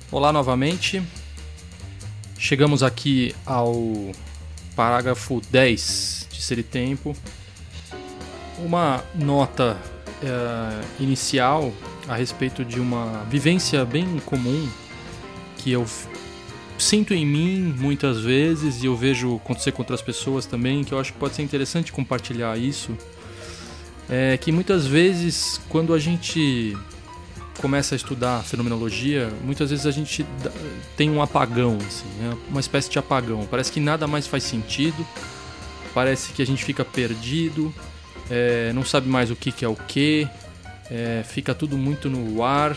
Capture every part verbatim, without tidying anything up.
Olá novamente, chegamos aqui ao parágrafo dez de Ser e Tempo. Uma nota uh, inicial a respeito de uma vivência bem comum que eu sinto em mim muitas vezes e eu vejo acontecer com outras pessoas também, que eu acho que pode ser interessante compartilhar isso. É que muitas vezes, quando a gente começa a estudar fenomenologia, muitas vezes a gente tem um apagão, assim, né? Uma espécie de apagão. Parece que nada mais faz sentido, parece que a gente fica perdido, é, não sabe mais o que, que é o que, é, fica tudo muito no ar.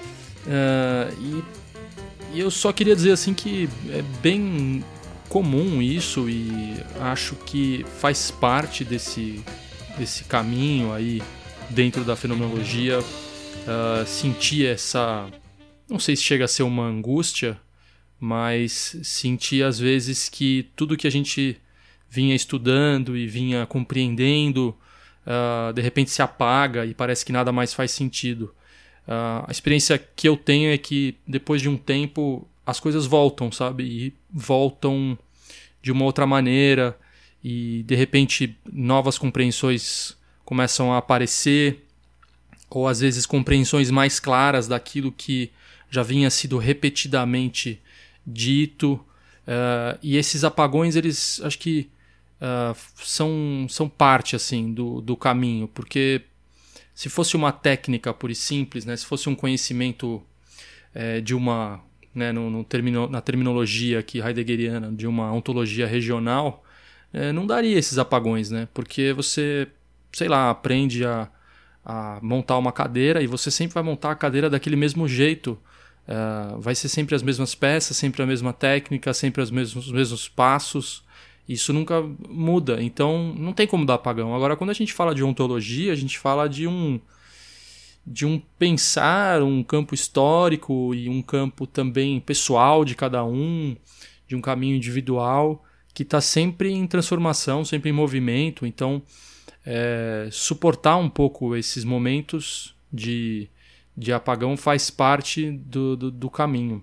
É, e, e eu só queria dizer assim que é bem comum isso e acho que faz parte desse, desse caminho aí dentro da fenomenologia. Uh, sentir essa, não sei se chega a ser uma angústia, mas sentir às vezes que tudo que a gente vinha estudando e vinha compreendendo uh, de repente se apaga e parece que nada mais faz sentido. Uh, a experiência que eu tenho é que depois de um tempo as coisas voltam, sabe? E voltam de uma outra maneira e de repente novas compreensões começam a aparecer, ou às vezes compreensões mais claras daquilo que já vinha sido repetidamente dito. Uh, e esses apagões, eles acho que uh, são, são parte assim, do, do caminho, porque se fosse uma técnica pura e simples, né, se fosse um conhecimento é, de uma, né, no, no termino, na terminologia aqui heideggeriana, de uma ontologia regional, é, não daria esses apagões, né, porque você, sei lá, aprende a a montar uma cadeira e você sempre vai montar a cadeira daquele mesmo jeito. Uh, vai ser sempre as mesmas peças, sempre a mesma técnica, sempre os mesmos, os mesmos passos. Isso nunca muda, então não tem como dar apagão. Agora, quando a gente fala de ontologia, a gente fala de um, de um pensar, um campo histórico e um campo também pessoal de cada um, de um caminho individual que está sempre em transformação, sempre em movimento. Então, É, suportar um pouco esses momentos de, de apagão faz parte do, do, do caminho.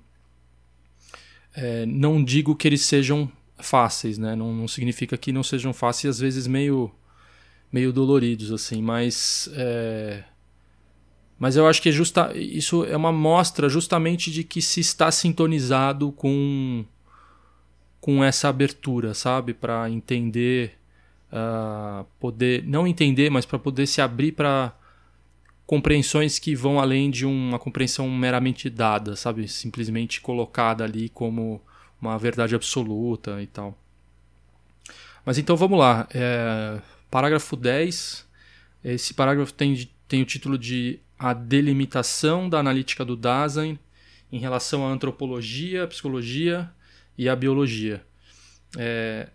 É, não digo que eles sejam fáceis, né? não, não significa que não sejam fáceis, às vezes meio, meio doloridos, assim, mas, é, mas eu acho que é justa, isso é uma mostra justamente de que se está sintonizado com, com essa abertura, sabe? Para entender. Uh, poder não entender, mas para poder se abrir para compreensões que vão além de uma compreensão meramente dada, sabe? Simplesmente colocada ali como uma verdade absoluta e tal. Mas então vamos lá. É, parágrafo dez. Esse parágrafo tem, tem o título de A Delimitação da Analítica do Dasein em relação à antropologia, à psicologia e à biologia. É,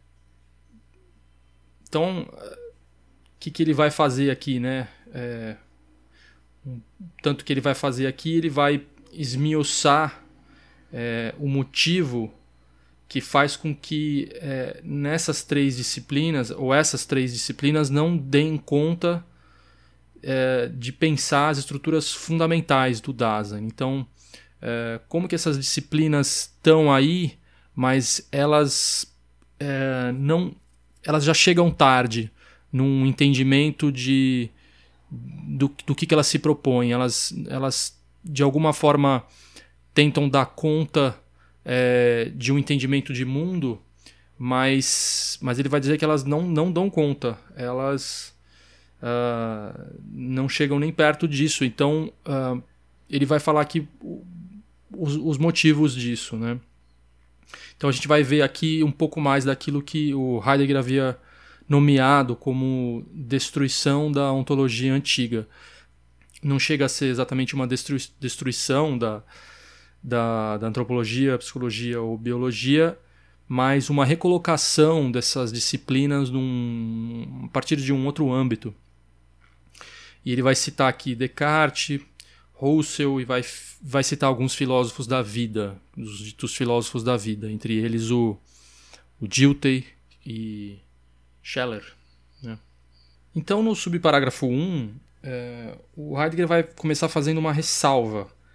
Então, o que, que ele vai fazer aqui, né? É, um, tanto que ele vai fazer aqui, ele vai esmiuçar é, o motivo que faz com que é, nessas três disciplinas, ou essas três disciplinas, não deem conta é, de pensar as estruturas fundamentais do Dasein. Então, é, como que essas disciplinas estão aí, mas elas é, não... elas já chegam tarde num entendimento de, do, do que, que elas se propõem. Elas, elas, de alguma forma, tentam dar conta é, de um entendimento de mundo, mas, mas ele vai dizer que elas não, não dão conta. Elas uh, não chegam nem perto disso. Então, uh, ele vai falar aqui os, os motivos disso, né? Então a gente vai ver aqui um pouco mais daquilo que o Heidegger havia nomeado como destruição da ontologia antiga. Não chega a ser exatamente uma destrui- destruição da, da, da antropologia, psicologia ou biologia, mas uma recolocação dessas disciplinas num, a partir de um outro âmbito. E ele vai citar aqui Descartes, Husserl, e vai, vai citar alguns filósofos da vida, os ditos filósofos da vida, entre eles o, o Dilthey e Scheler, né? Então, no subparágrafo um, é, o Heidegger vai começar fazendo uma ressalva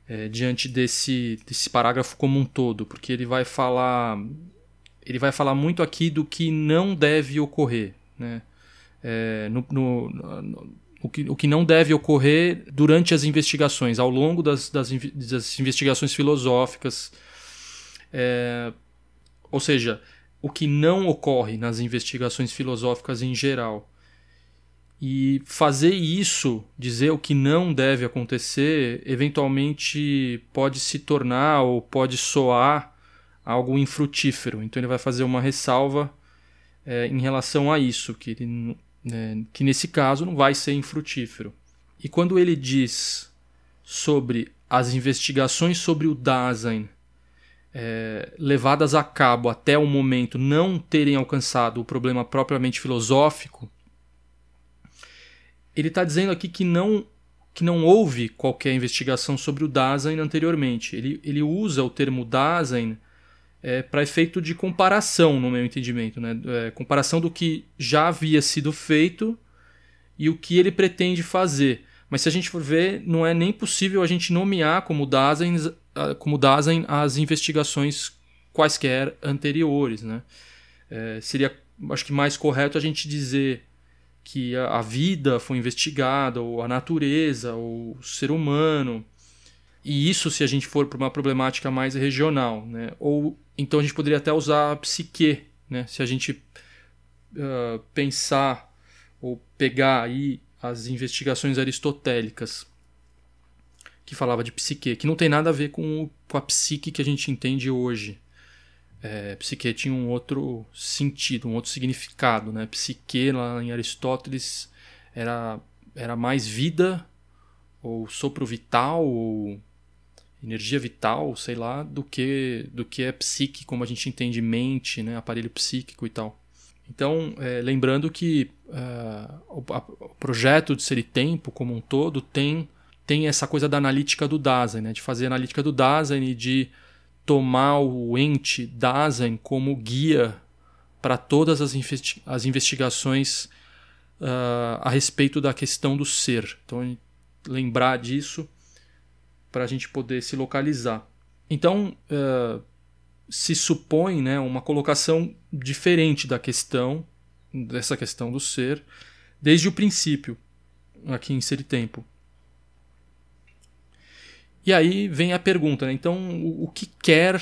é, diante desse, desse parágrafo como um todo, porque ele vai falar, ele vai falar muito aqui do que não deve ocorrer, né? É, no, no, no, o, que, o que não deve ocorrer durante as investigações, ao longo das, das, das investigações filosóficas. É, ou seja, o que não ocorre nas investigações filosóficas em geral. E fazer isso, dizer o que não deve acontecer, eventualmente pode se tornar ou pode soar algo infrutífero. Então ele vai fazer uma ressalva é, em relação a isso, que, ele, é, que nesse caso não vai ser infrutífero. E quando ele diz sobre as investigações sobre o Dasein é, levadas a cabo até o momento não terem alcançado o problema propriamente filosófico, ele está dizendo aqui que não, que não houve qualquer investigação sobre o Dasein anteriormente. Ele, ele usa o termo Dasein é, para efeito de comparação, no meu entendimento, né? É, comparação do que já havia sido feito e o que ele pretende fazer. Mas se a gente for ver, não é nem possível a gente nomear como Dasein, como Dasein as investigações quaisquer anteriores, né? É, seria, acho que mais correto a gente dizer que a vida foi investigada, ou a natureza, ou o ser humano. E isso se a gente for para uma problemática mais regional, né? Ou então a gente poderia até usar a psique, né? Se a gente uh, pensar ou pegar aí as investigações aristotélicas, que falava de psique, que não tem nada a ver com, o, com a psique que a gente entende hoje. É, psique tinha um outro sentido, um outro significado, né? Psique, lá em Aristóteles, era, era mais vida, ou sopro vital, ou energia vital, sei lá, do que, do que é psique, como a gente entende mente, né? Aparelho psíquico e tal. Então, é, lembrando que uh, o, a, o projeto de Ser e Tempo, como um todo, tem, tem essa coisa da analítica do Dasein, né? De fazer a analítica do Dasein e de tomar o ente Dasein como guia para todas as, investi- as investigações uh, a respeito da questão do ser. Então, lembrar disso para a gente poder se localizar. Então, uh, se supõe, né, uma colocação diferente da questão, dessa questão do ser, desde o princípio, aqui em Ser e Tempo. E aí vem a pergunta, né? Então, o, o que quer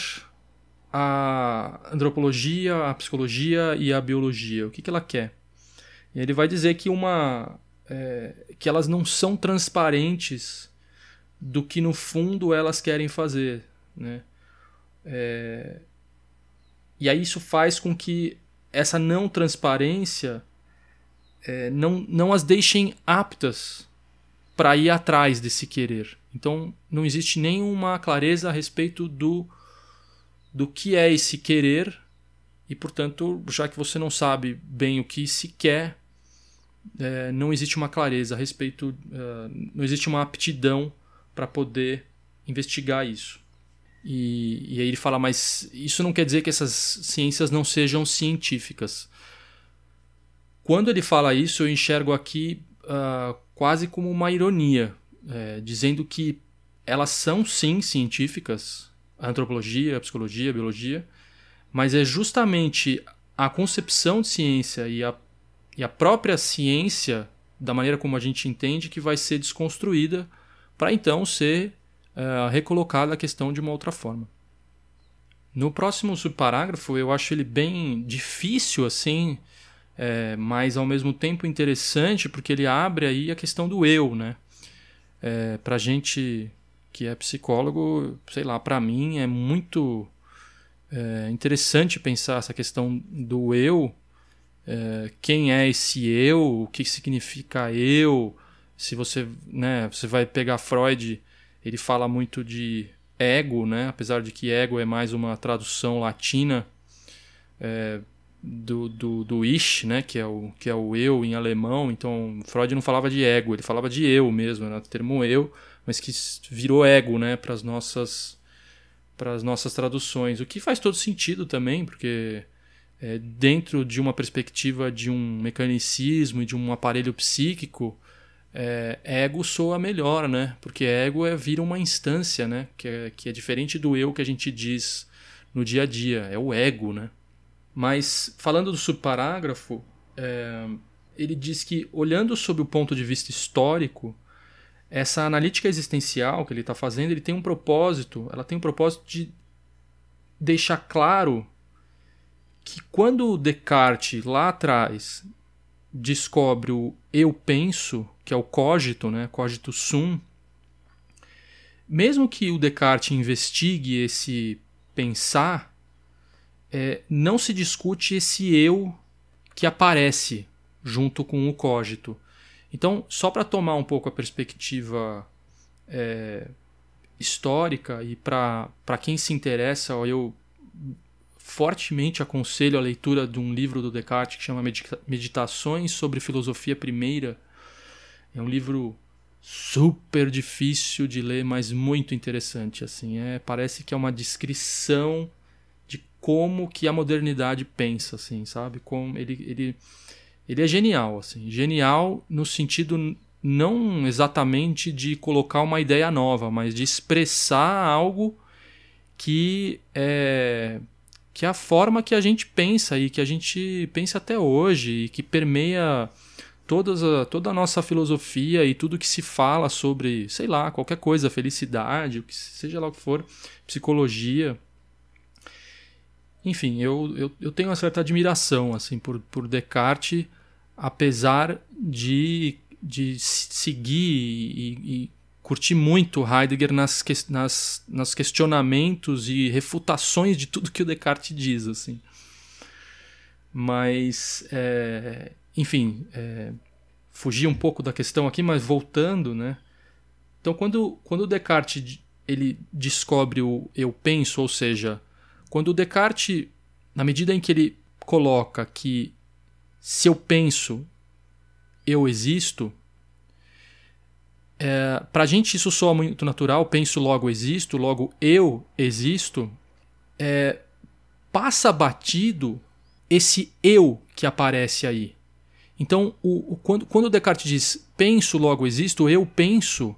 a antropologia, a psicologia e a biologia? O que, que ela quer? E ele vai dizer que, uma, é, que elas não são transparentes do que, no fundo, elas querem fazer, né? É, e aí isso faz com que essa não transparência é, não, não as deixem aptas para ir atrás desse querer. Então, não existe nenhuma clareza a respeito do, do que é esse querer e, portanto, já que você não sabe bem o que se quer, é, não existe uma clareza a respeito, uh, não existe uma aptidão para poder investigar isso. E, e aí ele fala, mas isso não quer dizer que essas ciências não sejam científicas. Quando ele fala isso, eu enxergo aqui uh, quase como uma ironia, é, dizendo que elas são sim científicas, a antropologia, a psicologia, a biologia, mas é justamente a concepção de ciência e a, e a própria ciência, da maneira como a gente entende, que vai ser desconstruída para então ser uh, recolocada a questão de uma outra forma. No próximo subparágrafo, eu acho ele bem difícil, assim, é, mas ao mesmo tempo interessante, porque ele abre aí a questão do eu, né? É, pra gente que é psicólogo, sei lá, para mim é muito é, interessante pensar essa questão do eu, é, quem é esse eu, o que significa eu. Se você, né, você vai pegar Freud, ele fala muito de ego, né? Apesar de que ego é mais uma tradução latina é, do, do, do Ich, né? que, é o, que é o eu em alemão. Então Freud não falava de ego, ele falava de eu mesmo, era o termo eu, mas que virou ego, né? para as nossas, para as nossas traduções. O que faz todo sentido também, porque é, dentro de uma perspectiva de um mecanicismo e de um aparelho psíquico, é, ego soa melhor, né? Porque ego é, vira uma instância, né? Que é, que é diferente do eu que a gente diz no dia a dia. É o ego, né? Mas, falando do subparágrafo, é, ele diz que, olhando sob o ponto de vista histórico, essa analítica existencial que ele está fazendo, ele tem um propósito, ela tem um propósito de deixar claro que quando Descartes, lá atrás, descobre o eu penso, que é o cogito, né, cogito sum, mesmo que o Descartes investigue esse pensar, é, não se discute esse eu que aparece junto com o cogito. Então, só para tomar um pouco a perspectiva é, histórica e para quem se interessa, eu fortemente aconselho a leitura de um livro do Descartes que chama Meditações sobre Filosofia Primeira. É um livro super difícil de ler, mas muito interessante. Assim, é, parece que é uma descrição de como que a modernidade pensa, assim, sabe? Como ele, ele, ele é genial, assim, genial no sentido não exatamente de colocar uma ideia nova, mas de expressar algo que é, que é a forma que a gente pensa e que a gente pensa até hoje e que permeia todas a, toda a nossa filosofia e tudo que se fala sobre, sei lá, qualquer coisa, felicidade, o que seja lá o que for, psicologia. Enfim, eu, eu, eu tenho uma certa admiração assim, por, por Descartes, apesar de, de seguir e, e curtir muito Heidegger nas, nas, nos questionamentos e refutações de tudo que o Descartes diz. Assim. Mas, é, enfim, é, fugir um pouco da questão aqui, mas voltando, né? Então, quando, quando o Descartes ele descobre o eu penso, ou seja, quando o Descartes, na medida em que ele coloca que se eu penso, eu existo, é, para a gente isso soa muito natural, penso logo existo, logo eu existo, é, passa batido esse eu que aparece aí. Então, o, o, quando, quando o Descartes diz penso logo existo, eu penso,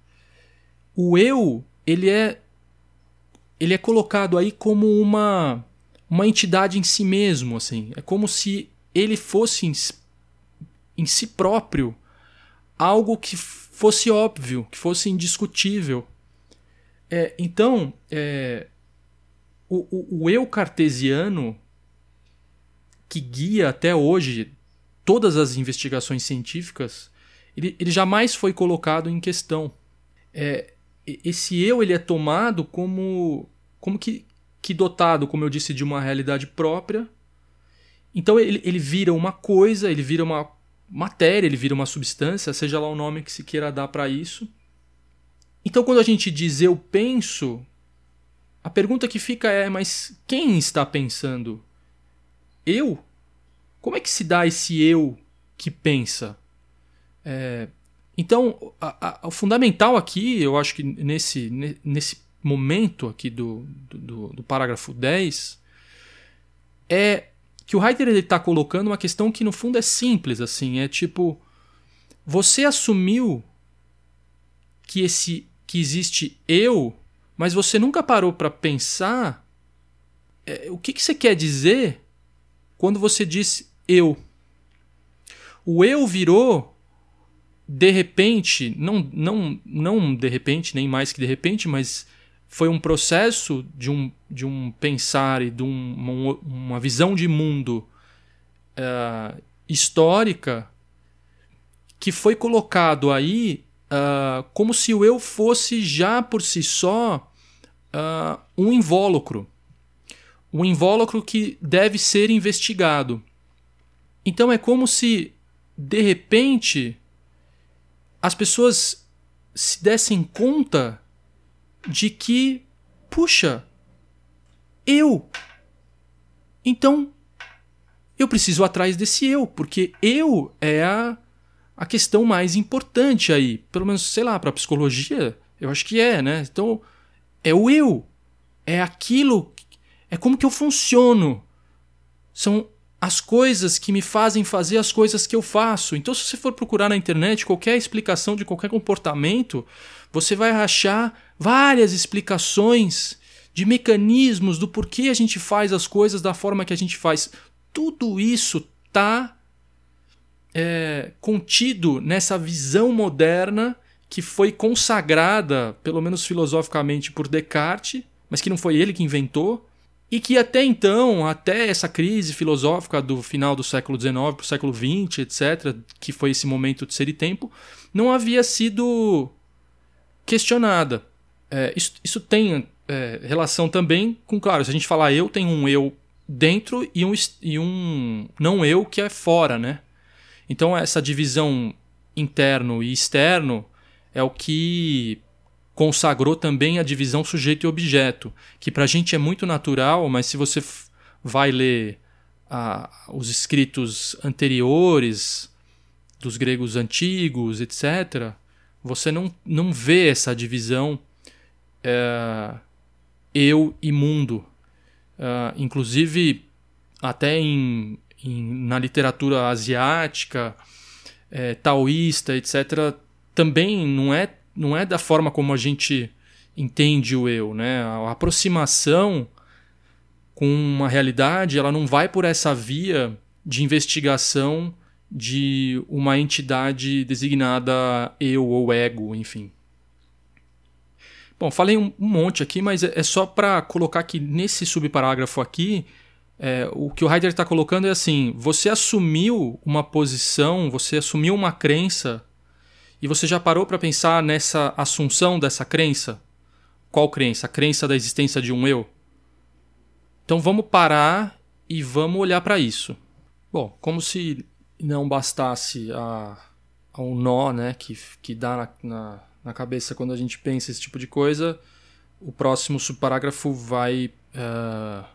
o eu ele é ele é colocado aí como uma, uma entidade em si mesmo. Assim. É como se ele fosse em, em si próprio algo que fosse óbvio, que fosse indiscutível. É, então, é, o, o, o eu cartesiano, que guia até hoje todas as investigações científicas, ele, ele jamais foi colocado em questão. É, esse eu ele é tomado como, como que, que dotado, como eu disse, de uma realidade própria. Então ele, ele vira uma coisa, ele vira uma matéria, ele vira uma substância, seja lá o nome que se queira dar para isso. Então quando a gente diz eu penso, a pergunta que fica é, mas quem está pensando? Eu? Como é que se dá esse eu que pensa? É... Então, a, a, o fundamental aqui, eu acho que nesse, nesse momento aqui do, do, do parágrafo dez, é que o Heidegger está colocando uma questão que no fundo é simples, assim, é tipo, você assumiu que, esse, que existe eu, mas você nunca parou para pensar é, o que, que você quer dizer quando você diz eu. O eu virou de repente, não, não, não de repente, nem mais que de repente, mas foi um processo de um, de um pensar e de um, uma, uma visão de mundo uh, histórica que foi colocado aí uh, como se o eu fosse já por si só uh, um invólucro. Um invólucro que deve ser investigado. Então é como se, de repente, as pessoas se dessem conta de que, puxa, eu. Então, eu preciso ir atrás desse eu, porque eu é a, a questão mais importante aí. Pelo menos, sei lá, para a psicologia, eu acho que é, né? Então, é o eu. É aquilo, é como que eu funciono. São as coisas que me fazem fazer as coisas que eu faço. Então, se você for procurar na internet qualquer explicação de qualquer comportamento, você vai achar várias explicações de mecanismos do porquê a gente faz as coisas da forma que a gente faz. Tudo isso está é, contido nessa visão moderna que foi consagrada, pelo menos filosoficamente, por Descartes, mas que não foi ele que inventou, e que até então, até essa crise filosófica do final do século dezenove para o século vinte, etcétera, que foi esse momento de ser e tempo, não havia sido questionada. É, isso, isso tem é, relação também com, claro, se a gente falar eu, tem um eu dentro e um, e um não eu que é fora, né? Então essa divisão interno e externo é o que consagrou também a divisão sujeito e objeto, que para a gente é muito natural, mas se você vai ler ah, os escritos anteriores dos gregos antigos, etcétera, você não, não vê essa divisão é, eu e mundo. Uh, inclusive, até em, em, na literatura asiática, é, taoísta, etcétera, também não é, não é da forma como a gente entende o eu, né? A aproximação com uma realidade, ela não vai por essa via de investigação de uma entidade designada eu ou ego, enfim. Bom, falei um, um monte aqui, mas é, é só para colocar que nesse subparágrafo aqui, é, o que o Heidegger está colocando é assim, você assumiu uma posição, você assumiu uma crença, e você já parou para pensar nessa assunção dessa crença? Qual crença? A crença da existência de um eu? Então vamos parar e vamos olhar para isso. Bom, como se não bastasse a, a um nó, né, que, que dá na, na, na cabeça quando a gente pensa esse tipo de coisa, o próximo subparágrafo vai uh,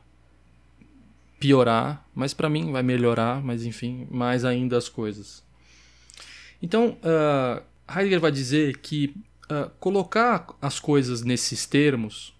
piorar, mas para mim vai melhorar, mas enfim, mais ainda as coisas. Então, uh, Heidegger vai dizer que uh, colocar as coisas nesses termos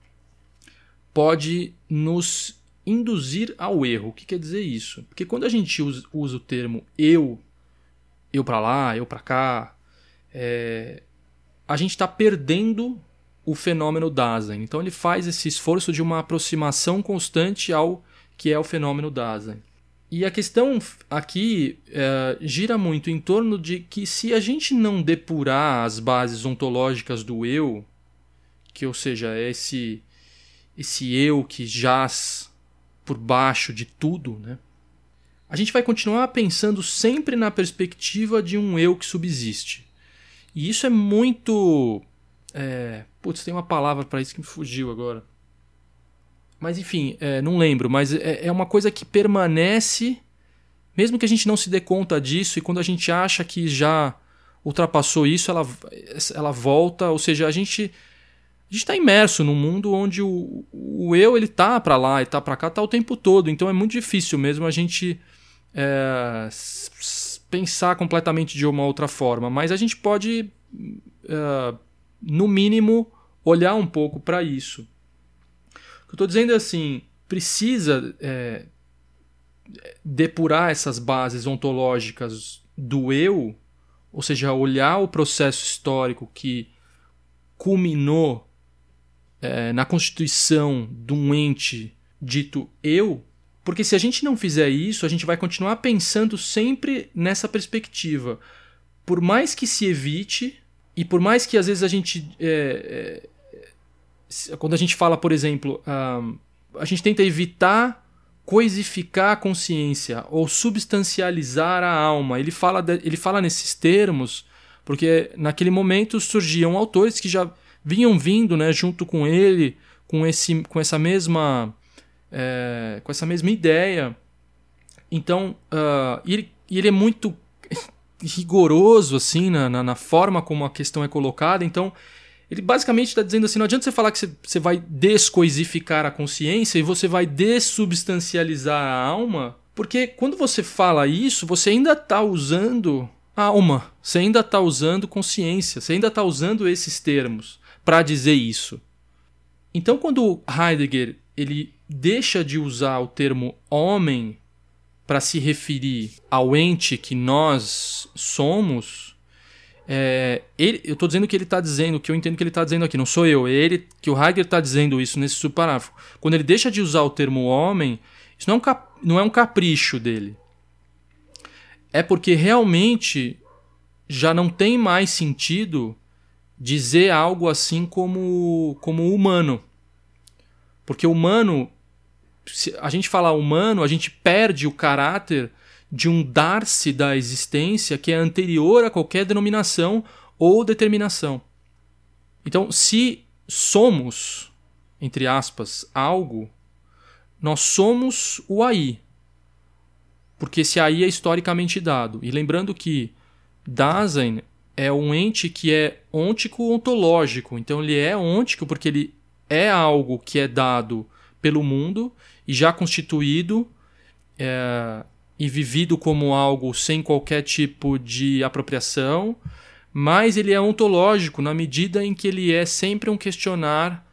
pode nos induzir ao erro. O que quer dizer isso? Porque quando a gente usa, usa o termo eu, eu para lá, eu para cá, é, a gente está perdendo o fenômeno Dasein. Então ele faz esse esforço de uma aproximação constante ao que é o fenômeno Dasein. E a questão aqui é, gira muito em torno de que se a gente não depurar as bases ontológicas do eu, que ou seja, é esse, esse eu que jaz por baixo de tudo, né? A gente vai continuar pensando sempre na perspectiva de um eu que subsiste. E isso é muito... É, putz, tem uma palavra para isso que me fugiu agora. Mas enfim, é, não lembro, mas é, é uma coisa que permanece, mesmo que a gente não se dê conta disso, e quando a gente acha que já ultrapassou isso, ela, ela volta, ou seja, a gente a gente está imerso num mundo onde o, o eu ele tá para lá e tá para cá, tá o tempo todo, então é muito difícil mesmo a gente é, pensar completamente de uma outra forma, mas a gente pode, é, no mínimo, olhar um pouco para isso. O que eu estou dizendo é assim, precisa é, depurar essas bases ontológicas do eu, ou seja, olhar o processo histórico que culminou é, na constituição de um ente dito eu, porque se a gente não fizer isso, a gente vai continuar pensando sempre nessa perspectiva. Por mais que se evite, e por mais que às vezes a gente... É, é, quando a gente fala, por exemplo, um, a gente tenta evitar coisificar a consciência ou substancializar a alma. Ele fala, de, ele fala nesses termos porque naquele momento surgiam autores que já vinham vindo, né, junto com ele, com, esse, com, essa mesma, é, com essa mesma ideia. Então, uh, ele, ele é muito rigoroso assim, na, na, na forma como a questão é colocada. Então, ele basicamente está dizendo assim, não adianta você falar que você, você vai descoisificar a consciência e você vai dessubstancializar a alma, porque quando você fala isso, você ainda está usando alma, você ainda está usando consciência, você ainda está usando esses termos para dizer isso. Então, quando Heidegger ele deixa de usar o termo homem para se referir ao ente que nós somos, é, ele, eu estou dizendo que ele está dizendo, que eu entendo que ele está dizendo aqui, não sou eu, é ele, que o Heidegger está dizendo isso nesse subparágrafo. Quando ele deixa de usar o termo homem, isso não é um, cap, não é um capricho dele. É porque realmente já não tem mais sentido dizer algo assim como, como humano. Porque humano, se a gente falar humano, a gente perde o caráter de um dar-se da existência que é anterior a qualquer denominação ou determinação. Então, se somos, entre aspas, algo, nós somos o aí. Porque esse aí é historicamente dado. E lembrando que Dasein é um ente que é ôntico ontológico. Então ele é ôntico porque ele é algo que é dado pelo mundo e já constituído é, e vivido como algo sem qualquer tipo de apropriação, mas ele é ontológico na medida em que ele é sempre um questionar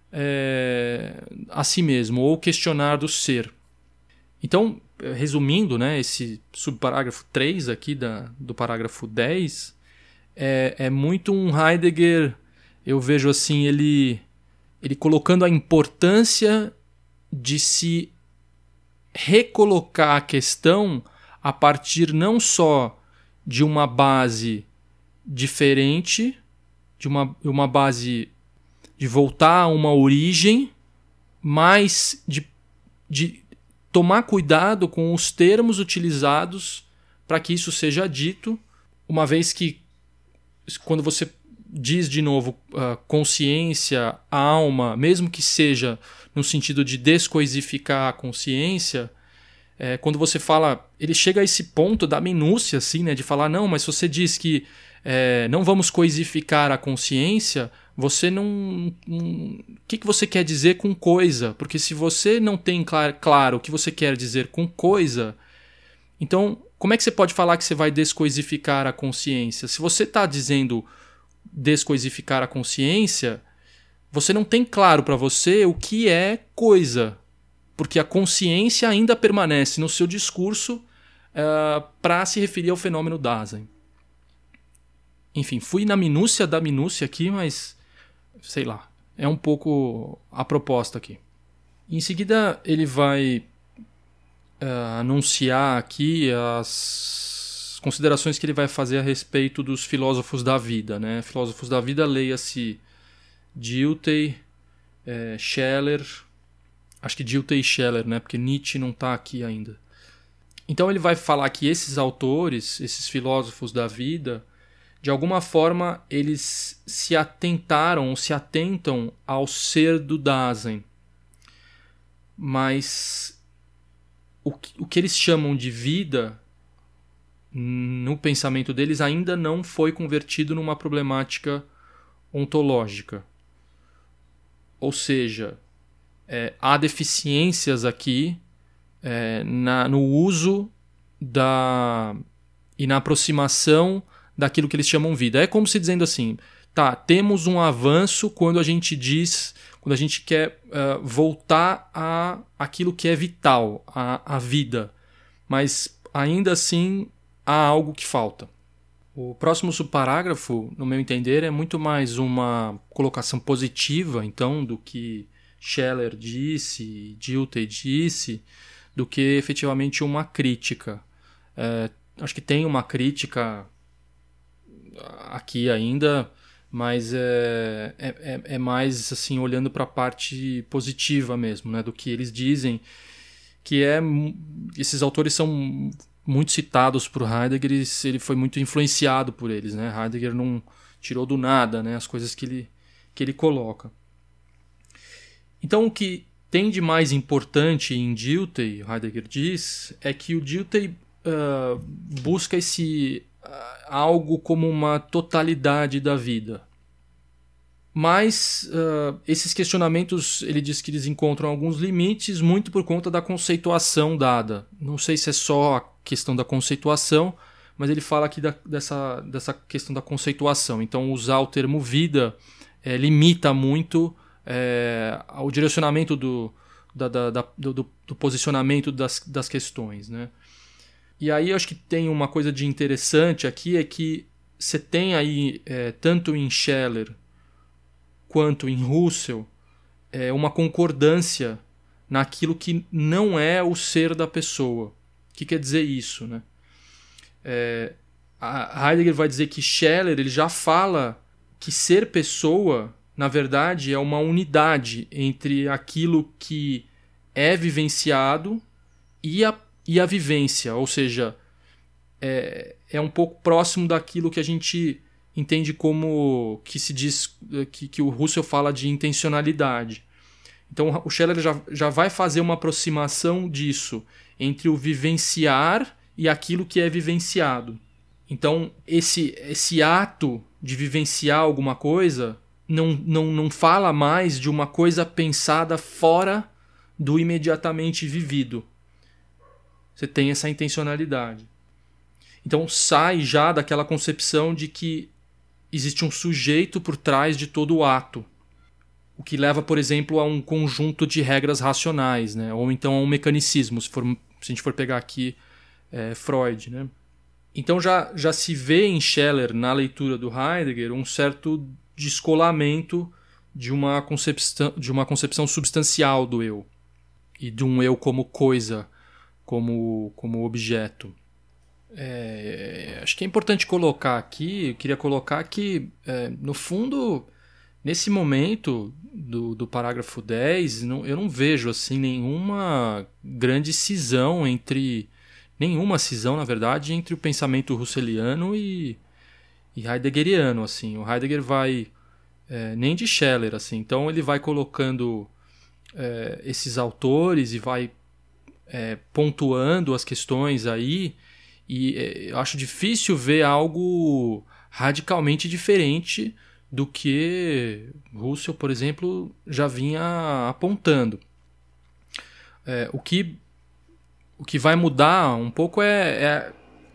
é, a si mesmo, ou questionar do ser. Então, resumindo, né, esse subparágrafo três aqui da, do parágrafo dez é, é muito um Heidegger, eu vejo assim, ele, ele colocando a importância de se recolocar a questão a partir não só de uma base diferente, de uma, uma base de voltar a uma origem, mas de, de tomar cuidado com os termos utilizados para que isso seja dito, uma vez que quando você diz de novo uh, consciência, alma, mesmo que seja no sentido de descoisificar a consciência, é, quando você fala, ele chega a esse ponto da minúcia, assim, né, de falar, não, mas se você diz que é, não vamos coisificar a consciência, você não... O que, que você quer dizer com coisa? Porque se você não tem clar, claro o que você quer dizer com coisa, então como é que você pode falar que você vai descoisificar a consciência? Se você está dizendo descoisificar a consciência, você não tem claro para você o que é coisa, porque a consciência ainda permanece no seu discurso uh, para se referir ao fenômeno Dasein. Enfim, fui na minúcia da minúcia aqui, mas sei lá, é um pouco a proposta aqui. Em seguida, ele vai uh, anunciar aqui as considerações que ele vai fazer a respeito dos filósofos da vida, né? Filósofos da vida, leia-se Dilthey, é, Scheler, acho que Dilthey e Scheler, né? Porque Nietzsche não está aqui ainda. Então ele vai falar que esses autores, esses filósofos da vida, de alguma forma eles se atentaram, se atentam ao ser do Dasein. Mas o que, o que eles chamam de vida, no pensamento deles, ainda não foi convertido numa problemática ontológica. Ou seja, é, há deficiências aqui é, na, no uso da, e na aproximação daquilo que eles chamam vida. É como se dizendo assim, tá, temos um avanço quando a gente diz, quando a gente quer uh, voltar a aquilo que é vital, a, a vida. Mas ainda assim há algo que falta. O próximo subparágrafo, no meu entender, é muito mais uma colocação positiva, então, do que Scheler disse, Dilthey disse, do que efetivamente uma crítica. É, acho que tem uma crítica aqui ainda, mas é, é, é mais assim, olhando para a parte positiva mesmo, né, do que eles dizem, que é, esses autores são muito citados por Heidegger, e ele foi muito influenciado por eles, né? Heidegger não tirou do nada, né, as coisas que ele, que ele coloca. Então o que tem de mais importante em Dilthey, Heidegger diz, é que o Dilthey uh, busca esse algo como uma totalidade da vida. Mas uh, esses questionamentos, ele diz que eles encontram alguns limites, muito por conta da conceituação dada. Não sei se é só a questão da conceituação, mas ele fala aqui da, dessa, dessa questão da conceituação. Então usar o termo vida é, limita muito é, o direcionamento do, da, da, da, do, do posicionamento das, das questões, né? E aí eu acho que tem uma coisa de interessante aqui, é que você tem aí, é, tanto em Scheller quanto em Husserl, é, uma concordância naquilo que não é o ser da pessoa. O que quer dizer isso, né? É, a Heidegger vai dizer que Scheller ele já fala que ser pessoa, na verdade, é uma unidade entre aquilo que é vivenciado e a, e a vivência, ou seja, é, é um pouco próximo daquilo que a gente entende como, que se diz, que, que o Husserl fala de intencionalidade. Então o Scheller já, já vai fazer uma aproximação disso, entre o vivenciar e aquilo que é vivenciado. Então esse, esse ato de vivenciar alguma coisa não, não, não fala mais de uma coisa pensada fora do imediatamente vivido. Você tem essa intencionalidade. Então sai já daquela concepção de que existe um sujeito por trás de todo o ato. O que leva, por exemplo, a um conjunto de regras racionais, né? Ou então a um mecanicismo, se, for, se a gente for pegar aqui é, Freud. Né? Então já, já se vê em Scheller, na leitura do Heidegger, um certo descolamento de uma concepção, de uma concepção substancial do eu. E de um eu como coisa, como, como objeto. É, acho que é importante colocar aqui, eu queria colocar que, é, no fundo, nesse momento do, do parágrafo dez, não, eu não vejo assim, nenhuma grande cisão entre... Nenhuma cisão, na verdade, entre o pensamento husserliano e, e heideggeriano. Assim. O Heidegger vai... É, nem de Scheller. Assim. Então ele vai colocando é, esses autores e vai é, pontuando as questões aí. E é, eu acho difícil ver algo radicalmente diferente do que Husserl, por exemplo, já vinha apontando. É, o, que, o que vai mudar um pouco é, é,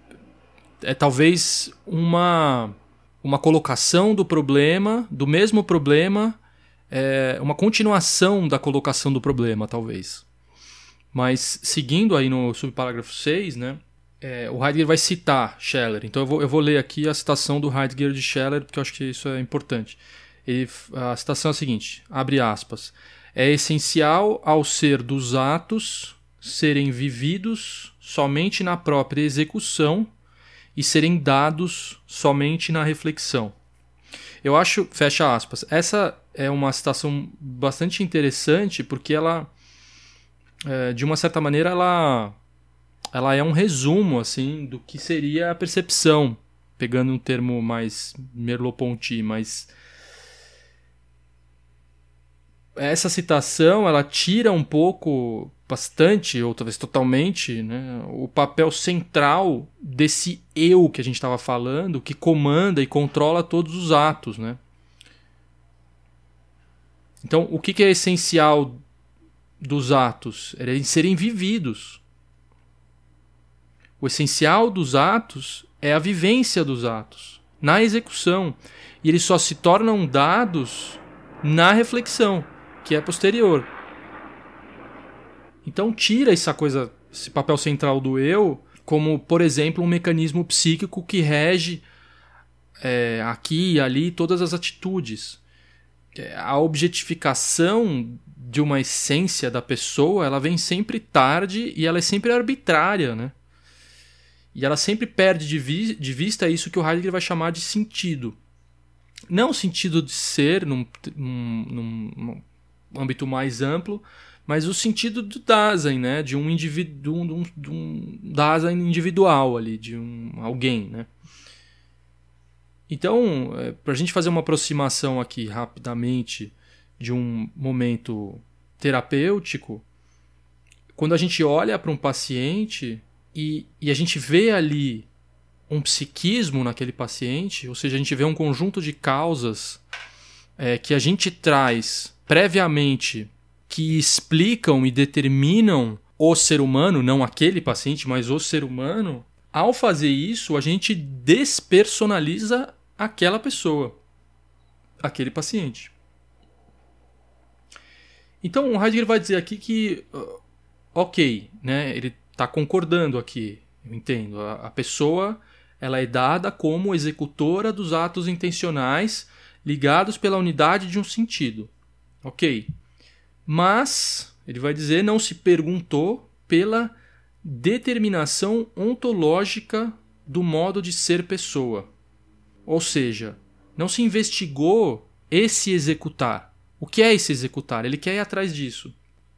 é talvez uma, uma colocação do problema, do mesmo problema, é, uma continuação da colocação do problema, talvez. Mas seguindo aí no subparágrafo seis, né? É, o Heidegger vai citar Scheller. Então eu vou, eu vou ler aqui a citação do Heidegger de Scheller, porque eu acho que isso é importante. Ele, a citação é a seguinte, abre aspas. É essencial ao ser dos atos serem vividos somente na própria execução e serem dados somente na reflexão. Eu acho, fecha aspas, essa é uma citação bastante interessante, porque ela, é, de uma certa maneira, ela... ela é um resumo assim, do que seria a percepção, pegando um termo mais Merleau-Ponty, mas essa citação ela tira um pouco, bastante, ou talvez totalmente, né, o papel central desse eu que a gente estava falando, que comanda e controla todos os atos. Né? Então, o que é essencial dos atos? É serem vividos. O essencial dos atos é a vivência dos atos, na execução. E eles só se tornam dados na reflexão, que é posterior. Então tira essa coisa, esse papel central do eu, como, por exemplo, um mecanismo psíquico que rege é, aqui e ali todas as atitudes. A objetificação de uma essência da pessoa, ela vem sempre tarde e ela é sempre arbitrária, né? E ela sempre perde de, vi- de vista isso que o Heidegger vai chamar de sentido. Não o sentido de ser, num, num, num âmbito mais amplo, mas o sentido do Dasein, né? De um indivíduo, de um, de um Dasein individual ali, de um alguém, né? Então, é, para a gente fazer uma aproximação aqui rapidamente de um momento terapêutico, quando a gente olha para um paciente e, e a gente vê ali um psiquismo naquele paciente, ou seja, a gente vê um conjunto de causas é, que a gente traz previamente que explicam e determinam o ser humano, não aquele paciente, mas o ser humano. Ao fazer isso, a gente despersonaliza aquela pessoa, aquele paciente. Então o Heidegger vai dizer aqui que, ok, né, ele está concordando aqui, Eu entendo. A, a pessoa ela é dada como executora dos atos intencionais ligados pela unidade de um sentido. Ok. Mas, ele vai dizer, não se perguntou pela determinação ontológica do modo de ser pessoa. Ou seja, não se investigou esse executar. O que é esse executar? Ele quer ir atrás disso.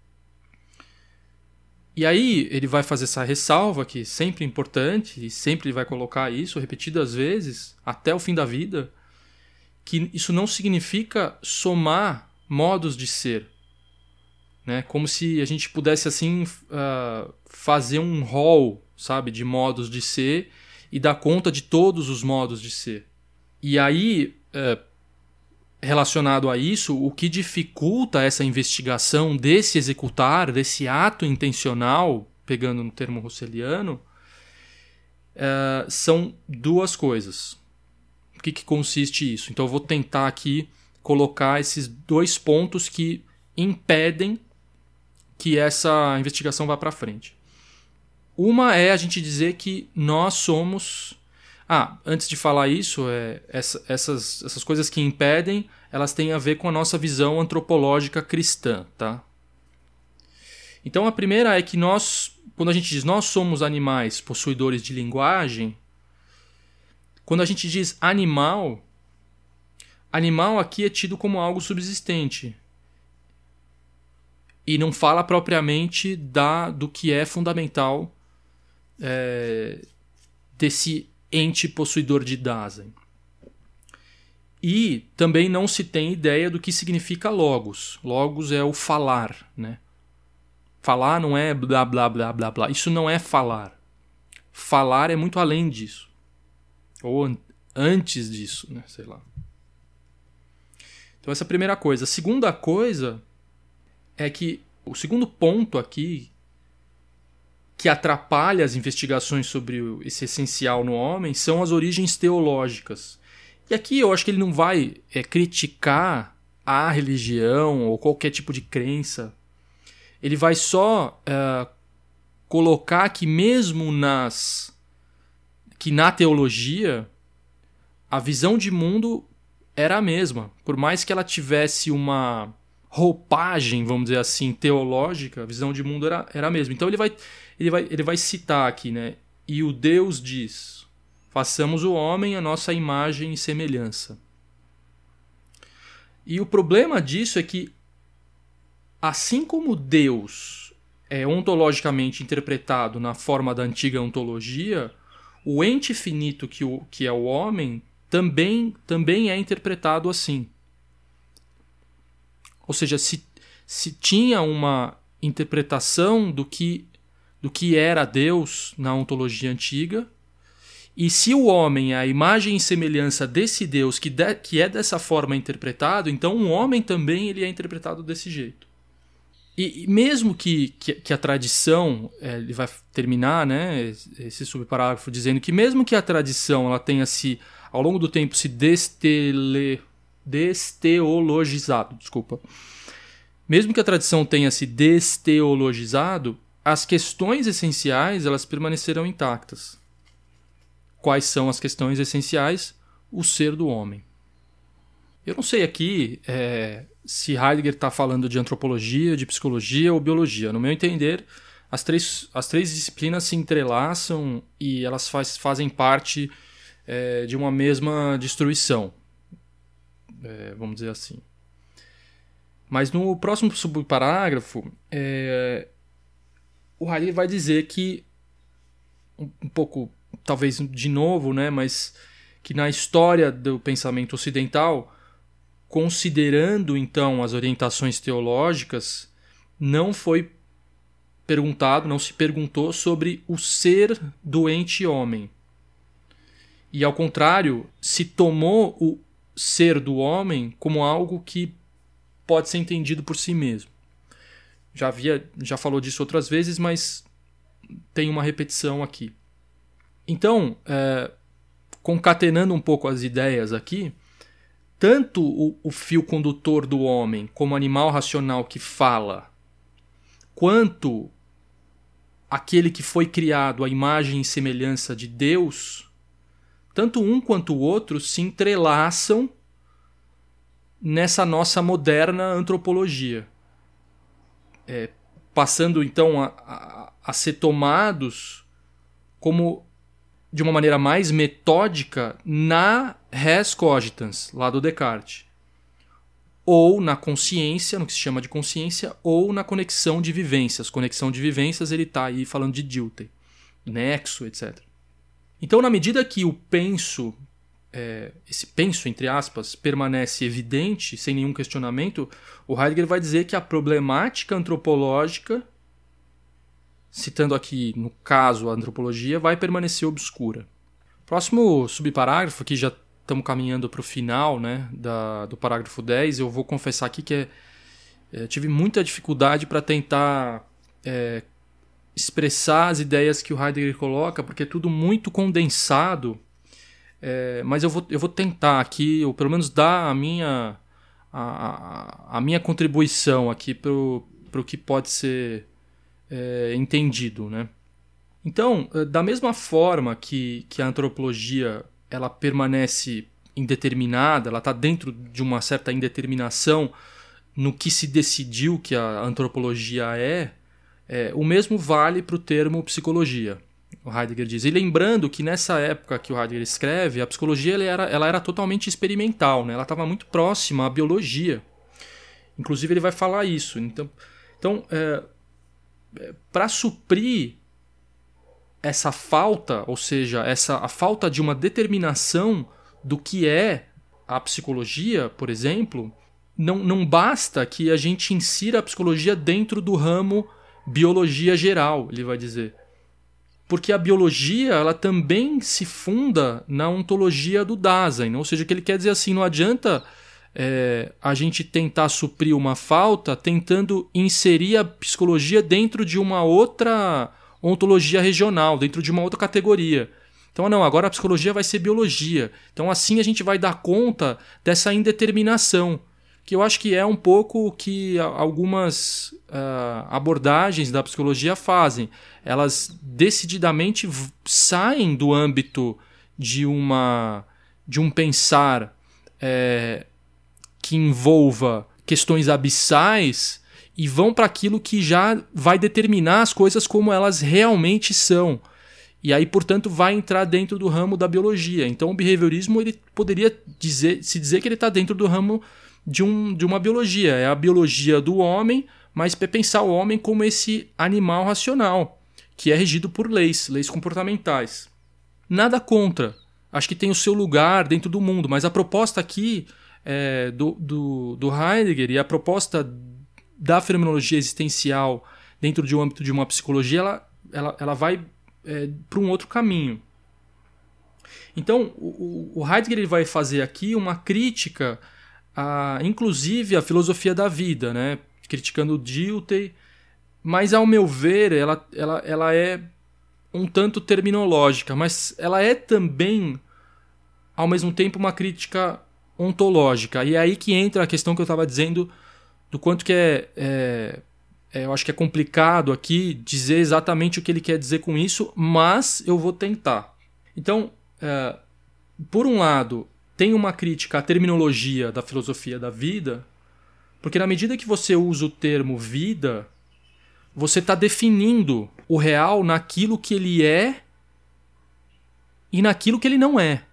E aí ele vai fazer essa ressalva, que sempre é importante, e sempre ele vai colocar isso repetidas vezes, até o fim da vida, que isso não significa somar modos de ser. Né? Como se a gente pudesse assim uh, fazer um rol, sabe, de modos de ser e dar conta de todos os modos de ser. E aí, uh, relacionado a isso, o que dificulta essa investigação desse executar, desse ato intencional, pegando no termo russeliano, uh, são duas coisas. O que, que consiste isso? Então eu vou tentar aqui colocar esses dois pontos que impedem que essa investigação vá para frente. Uma é a gente dizer que nós somos... Ah, antes de falar isso, é, essa, essas, essas coisas que impedem, elas têm a ver com a nossa visão antropológica cristã, tá? Então a primeira é que nós, quando a gente diz nós somos animais possuidores de linguagem, quando a gente diz animal, animal aqui é tido como algo subsistente. E não fala propriamente da, do que é fundamental é, desse ente possuidor de Dasein. E também não se tem ideia do que significa logos. Logos é o falar, né? Falar não é blá blá blá blá blá. Isso não é falar. Falar é muito além disso. Ou an- antes disso, né? Sei lá. Então essa é a primeira coisa. A segunda coisa é que o segundo ponto aqui que atrapalha as investigações sobre esse essencial no homem são as origens teológicas. E aqui eu acho que ele não vai é, criticar a religião ou qualquer tipo de crença. Ele vai só é, colocar que mesmo nas que na teologia a visão de mundo era a mesma. Por mais que ela tivesse uma roupagem, vamos dizer assim, teológica, a visão de mundo era, era a mesma. Então ele vai, ele, vai, ele vai citar aqui, né? E o Deus diz, façamos o homem a nossa imagem e semelhança. E o problema disso é que, assim como Deus é ontologicamente interpretado na forma da antiga ontologia, o ente finito que, o, que é o homem também, também é interpretado assim. Ou seja, se, se tinha uma interpretação do que, do que era Deus na ontologia antiga, e se o homem é a imagem e semelhança desse Deus que, de, que é dessa forma interpretado, então o homem também ele é interpretado desse jeito. E, e mesmo que, que, que a tradição, é, ele vai terminar, né, esse subparágrafo dizendo que mesmo que a tradição ela tenha se, ao longo do tempo, se destele, desteologizado, desculpa. Mesmo que a tradição tenha se desteologizado, as questões essenciais elas permanecerão intactas. Quais são as questões essenciais? O ser do homem. Eu não sei aqui é, se Heidegger está falando de antropologia, de psicologia ou biologia. No meu entender, as três, as três disciplinas se entrelaçam e elas faz, fazem parte é, de uma mesma destruição. É, vamos dizer assim. Mas no próximo subparágrafo, é, o Heidegger vai dizer que, um, um pouco, talvez de novo, né, mas que na história do pensamento ocidental, considerando então as orientações teológicas, não foi perguntado, não se perguntou sobre o ser do ente homem. E ao contrário, se tomou o ser do homem como algo que pode ser entendido por si mesmo. Já havia, já falou disso outras vezes, mas tem uma repetição aqui. Então, é, concatenando um pouco as ideias aqui, tanto o, o fio condutor do homem como animal racional que fala, quanto aquele que foi criado à imagem e semelhança de Deus, tanto um quanto o outro se entrelaçam nessa nossa moderna antropologia. É, passando então a, a, a ser tomados como, de uma maneira mais metódica, na res cogitans, lá do Descartes. Ou na consciência, no que se chama de consciência, ou na conexão de vivências. Conexão de vivências, ele está aí falando de Dilthey, nexo, etcétera. Então, na medida que o penso, é, esse penso, entre aspas, permanece evidente, sem nenhum questionamento, o Heidegger vai dizer que a problemática antropológica, citando aqui, no caso, a antropologia, vai permanecer obscura. Próximo subparágrafo, aqui já estamos caminhando para o final, né, da, do parágrafo dez, eu vou confessar aqui que é, é, tive muita dificuldade para tentar é, expressar as ideias que o Heidegger coloca, porque é tudo muito condensado, é, mas eu vou, eu vou tentar aqui, ou pelo menos dar a minha, a, a minha contribuição aqui para o que pode ser é, entendido, né? Então, da mesma forma que, que a antropologia ela permanece indeterminada, ela está dentro de uma certa indeterminação no que se decidiu que a antropologia é, é o mesmo vale para o termo psicologia, o Heidegger diz. E lembrando que nessa época que o Heidegger escreve, a psicologia ela era, ela era totalmente experimental, né? Ela estava muito próxima à biologia. Inclusive ele vai falar isso. Então, então é, é, para suprir essa falta, ou seja, essa, a falta de uma determinação do que é a psicologia, por exemplo, não, não basta que a gente insira a psicologia dentro do ramo biologia geral, ele vai dizer. Porque a biologia ela também se funda na ontologia do Dasein, ou seja, o que ele quer dizer assim, não adianta é, a gente tentar suprir uma falta tentando inserir a psicologia dentro de uma outra ontologia regional, dentro de uma outra categoria. Então, não, agora a psicologia vai ser biologia. Então, assim a gente vai dar conta dessa indeterminação, que eu acho que é um pouco o que algumas uh, abordagens da psicologia fazem. Elas decididamente saem do âmbito de, uma, de um pensar é, que envolva questões abissais e vão para aquilo que já vai determinar as coisas como elas realmente são. E aí, portanto, vai entrar dentro do ramo da biologia. Então, o behaviorismo ele poderia dizer, se dizer que ele está dentro do ramo de, um, de uma biologia. É a biologia do homem, mas para pensar o homem como esse animal racional, que é regido por leis, leis comportamentais. Nada contra. Acho que tem o seu lugar dentro do mundo, mas a proposta aqui é, do, do, do Heidegger e a proposta da fenomenologia existencial dentro de um âmbito de uma psicologia, ela, ela, ela vai é, para um outro caminho. Então, o, o Heidegger ele vai fazer aqui uma crítica, a, inclusive, à filosofia da vida, né? Criticando o Dilthey, mas, ao meu ver, ela, ela, ela é um tanto terminológica, mas ela é também, ao mesmo tempo, uma crítica ontológica. E é aí que entra a questão que eu estava dizendo do quanto que é, é, é, eu acho que é complicado aqui dizer exatamente o que ele quer dizer com isso, mas eu vou tentar. Então, é, por um lado, tem uma crítica à terminologia da filosofia da vida, porque na medida que você usa o termo vida, você está definindo o real naquilo que ele é e naquilo que ele não é.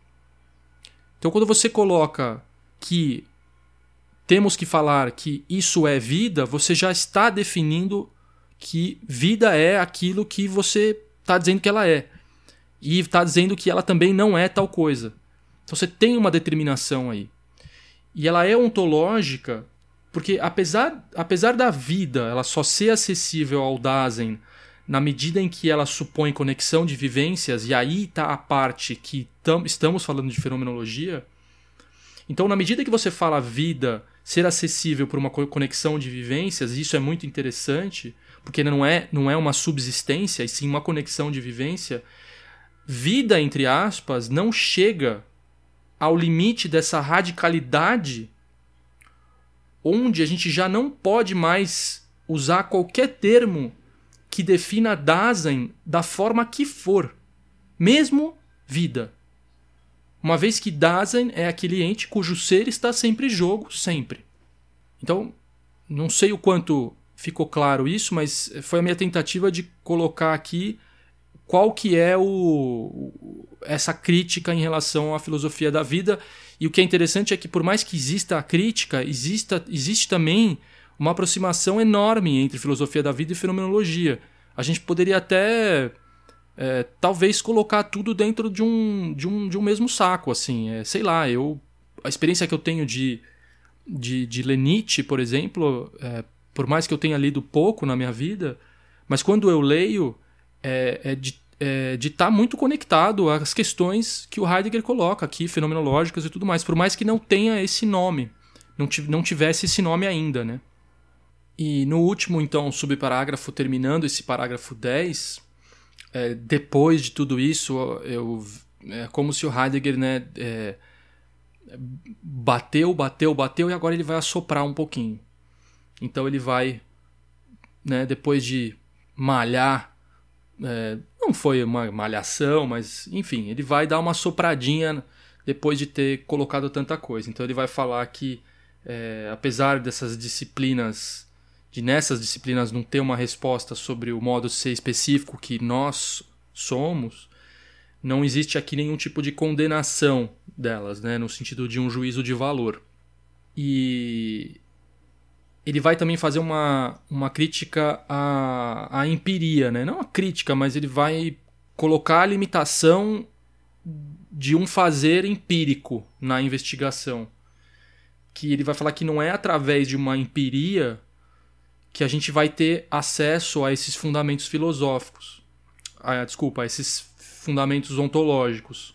Então, quando você coloca que temos que falar que isso é vida, você já está definindo que vida é aquilo que você está dizendo que ela é. E está dizendo que ela também não é tal coisa. Então você tem uma determinação aí. E ela é ontológica porque apesar, apesar da vida ela só ser acessível ao Dasein na medida em que ela supõe conexão de vivências, e aí está a parte que tam, estamos falando de fenomenologia. Então, na medida que você fala vida ser acessível por uma conexão de vivências, isso é muito interessante, porque não é, não é uma subsistência, e sim uma conexão de vivência. Vida, entre aspas, não chega ao limite dessa radicalidade onde a gente já não pode mais usar qualquer termo que defina Dasein da forma que for, mesmo vida. Uma vez que Dasein é aquele ente cujo ser está sempre em jogo, sempre. Então, não sei o quanto ficou claro isso, mas foi a minha tentativa de colocar aqui qual que é o, essa crítica em relação à filosofia da vida. E o que é interessante é que, por mais que exista a crítica, exista, existe também uma aproximação enorme entre filosofia da vida e fenomenologia. A gente poderia até, é, talvez, colocar tudo dentro de um, de um, de um mesmo saco. Assim. É, sei lá, eu, a experiência que eu tenho de, de, de ler Nietzsche, por exemplo, é, por mais que eu tenha lido pouco na minha vida, mas quando eu leio, é, é de É, de estar tá muito conectado às questões que o Heidegger coloca aqui, fenomenológicas e tudo mais, por mais que não tenha esse nome, não, não tivesse esse nome ainda, né? E no último, então, subparágrafo, terminando esse parágrafo dez, é, depois de tudo isso, eu, é como se o Heidegger, né, é, bateu, bateu, bateu e agora ele vai assoprar um pouquinho. Então ele vai, né, depois de malhar, é, não foi uma malhação, mas enfim, ele vai dar uma sopradinha depois de ter colocado tanta coisa. Então ele vai falar que, é, apesar dessas disciplinas, de nessas disciplinas não ter uma resposta sobre o modo de ser específico que nós somos, não existe aqui nenhum tipo de condenação delas, né, no sentido de um juízo de valor. E ele vai também fazer uma, uma crítica à, à empiria, né? Não uma crítica, mas ele vai colocar a limitação de um fazer empírico na investigação. Que ele vai falar que não é através de uma empiria que a gente vai ter acesso a esses fundamentos filosóficos. Ah, desculpa, a esses fundamentos ontológicos.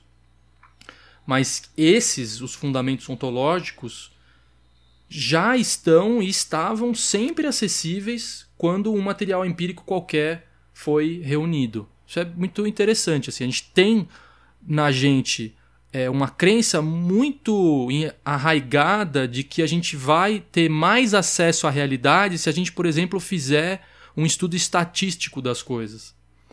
Mas esses, os fundamentos ontológicos, já estão e estavam sempre acessíveis quando um material empírico qualquer foi reunido. Isso é muito interessante. Assim, a gente tem na gente é, uma crença muito arraigada de que a gente vai ter mais acesso à realidade se a gente, por exemplo, fizer um estudo estatístico das coisas.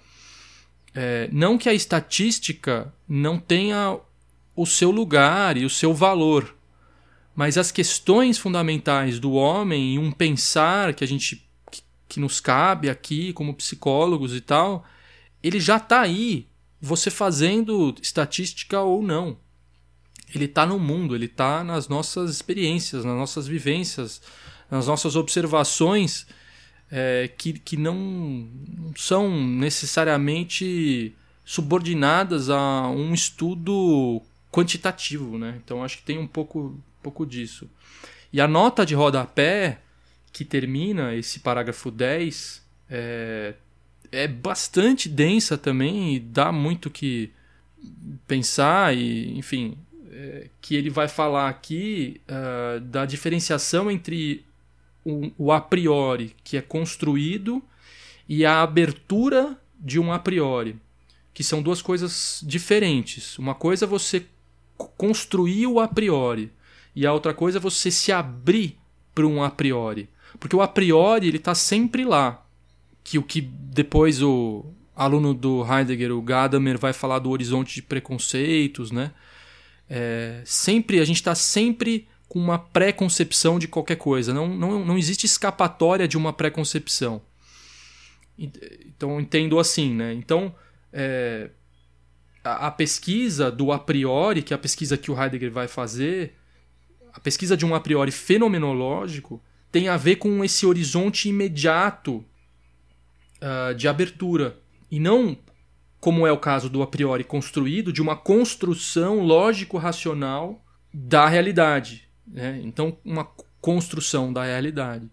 É, não que a estatística não tenha o seu lugar e o seu valor, mas as questões fundamentais do homem e um pensar que a gente que, que nos cabe aqui como psicólogos e tal, ele já está aí, você fazendo estatística ou não. Ele está no mundo, ele está nas nossas experiências, nas nossas vivências, nas nossas observações, é, que, que não, não são necessariamente subordinadas a um estudo quantitativo, né? Então acho que tem um pouco... pouco disso. E a nota de rodapé que termina esse parágrafo dez é, é bastante densa também e dá muito que pensar e, enfim, é, que ele vai falar aqui uh, da diferenciação entre o, o a priori que é construído e a abertura de um a priori, que são duas coisas diferentes. Uma coisa é você construir o a priori, e a outra coisa é você se abrir para um a priori. Porque o a priori ele está sempre lá. Que o que depois o aluno do Heidegger, o Gadamer, vai falar do horizonte de preconceitos, né? É, sempre, a gente está sempre com uma pré-concepção de qualquer coisa. Não, não, não existe escapatória de uma pré-concepção. Então, eu entendo assim, né? Então, é, a, a pesquisa do a priori, que é a pesquisa que o Heidegger vai fazer, a pesquisa de um a priori fenomenológico tem a ver com esse horizonte imediato uh, de abertura. E não, como é o caso do a priori construído, de uma construção lógico-racional da realidade. Né? Então, uma construção da realidade.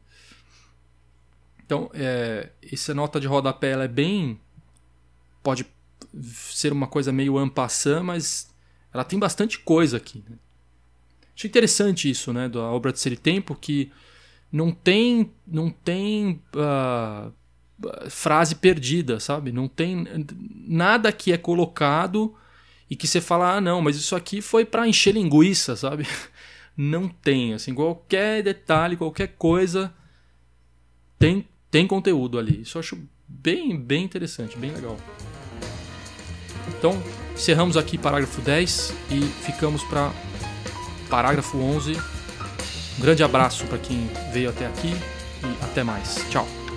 Então, é, essa nota de rodapé ela é bem... Pode ser uma coisa meio en passant, mas ela tem bastante coisa aqui, né? Achei interessante isso, né, da obra de Ser e Tempo, que não tem, não tem uh, frase perdida, sabe? Não tem nada que é colocado e que você fala, ah, não, mas isso aqui foi para encher linguiça, sabe? Não tem, assim, qualquer detalhe, qualquer coisa tem, tem conteúdo ali. Isso eu acho bem, bem interessante, bem legal. Então, encerramos aqui parágrafo dez e ficamos para parágrafo onze. Um grande abraço para quem veio até aqui e até mais. Tchau.